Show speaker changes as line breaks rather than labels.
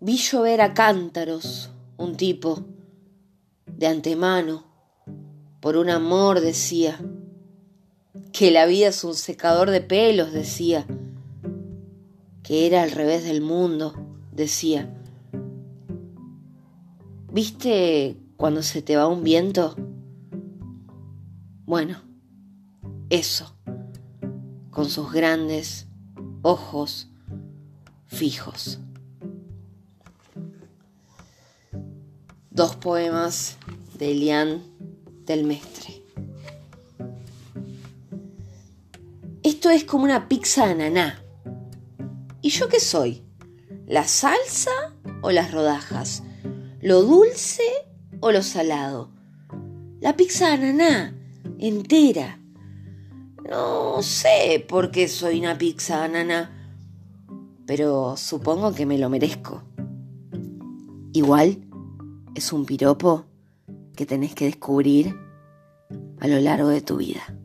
Vi llover a cántaros un tipo, de antemano, por un amor decía, que la vida es un secador de pelos decía, que era al revés del mundo decía. ¿Viste cuando se te va un viento? Bueno, eso, con sus grandes ojos fijos. 2 poemas de Elian del Mestre. Esto es como una pizza de ananá. ¿Y yo qué soy? ¿La salsa o las rodajas? ¿Lo dulce o lo salado? La pizza de ananá, entera. No sé por qué soy una pizza de ananá, pero supongo que me lo merezco. Igual es un piropo que tenés que descubrir a lo largo de tu vida.